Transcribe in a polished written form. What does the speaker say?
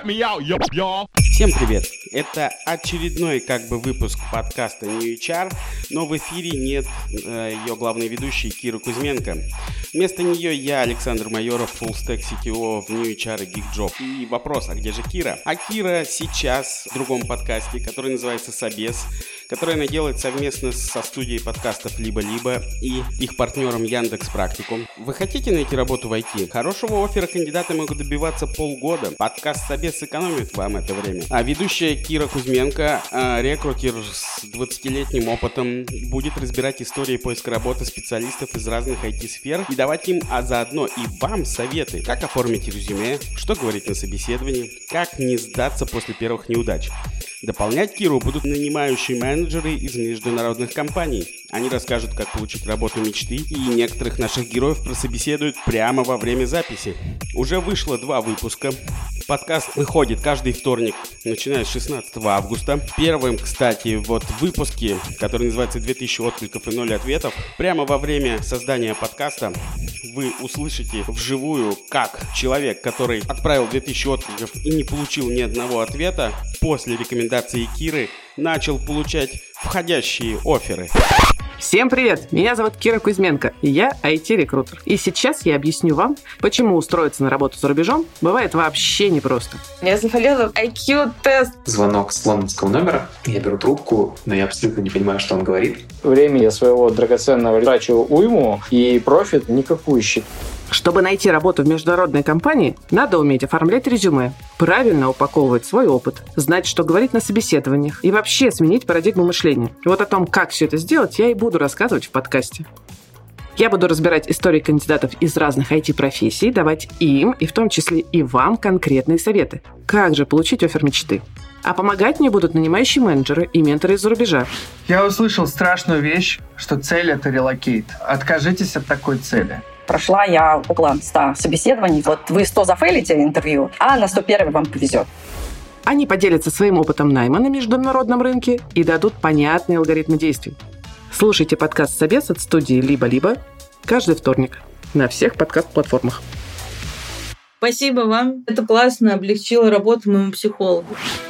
Всем привет! Это очередной выпуск подкаста New HR, но в эфире нет ее главной ведущей Киры Кузьменко. Вместо нее я, Александр Майоров, фуллстек CTO в New HR и GeekJob. И вопрос, а где же Кира? А Кира сейчас в другом подкасте, который называется «Собес», который она делает совместно со студией подкастов «Либо-либо» и их партнером Яндекс.Практикум. Вы хотите найти работу в IT? Хорошего оффера кандидаты могут добиваться полгода. Подкаст «Собес» сэкономит вам это время. А ведущая Кира Кузьменко, рекрутер с 20-летним опытом, будет разбирать истории поиска работы специалистов из разных IT-сфер и давать им, а заодно и вам советы, как оформить резюме, что говорить на собеседовании, как не сдаться после первых неудач. Дополнять Киру будут нанимающие менеджеры из международных компаний. Они расскажут, как получить работу мечты, и некоторых наших героев прособеседуют прямо во время записи. Уже вышло 2 выпуска. Подкаст выходит каждый вторник, начиная с 16 августа. Первым, кстати, в выпуске, который называется «2000 откликов и 0 ответов», прямо во время создания подкаста вы услышите вживую, как человек, который отправил 2000 откликов и не получил ни одного ответа, после рекомендации Киры начал получать входящие офферы. Всем привет! Меня зовут Кира Кузьменко, и я IT-рекрутер. И сейчас я объясню вам, почему устроиться на работу за рубежом бывает вообще непросто. Я захотела IQ-тест. Звонок с лондонского номера. Я беру трубку, но я абсолютно не понимаю, что он говорит. Времени своего драгоценного трачу уйму, и профит никакущий. Чтобы найти работу в международной компании, надо уметь оформлять резюме, правильно упаковывать свой опыт, знать, что говорить на собеседованиях и вообще сменить парадигму мышления. И вот о том, как все это сделать, я и буду рассказывать в подкасте. Я буду разбирать истории кандидатов из разных IT-профессий, давать им, и в том числе и вам, конкретные советы. Как же получить оффер мечты? А помогать мне будут нанимающие менеджеры и менторы из-за рубежа. Я услышал страшную вещь, что цель — это релокейт. Откажитесь от такой цели. Прошла я около 100 собеседований. Вот вы 100 зафейлите интервью, а на 101 вам повезет. Они поделятся своим опытом найма на международном рынке и дадут понятные алгоритмы действий. Слушайте подкаст «Собес» от студии «Либо-либо» каждый вторник на всех подкаст-платформах. Спасибо вам. Это классно облегчило работу моему психологу.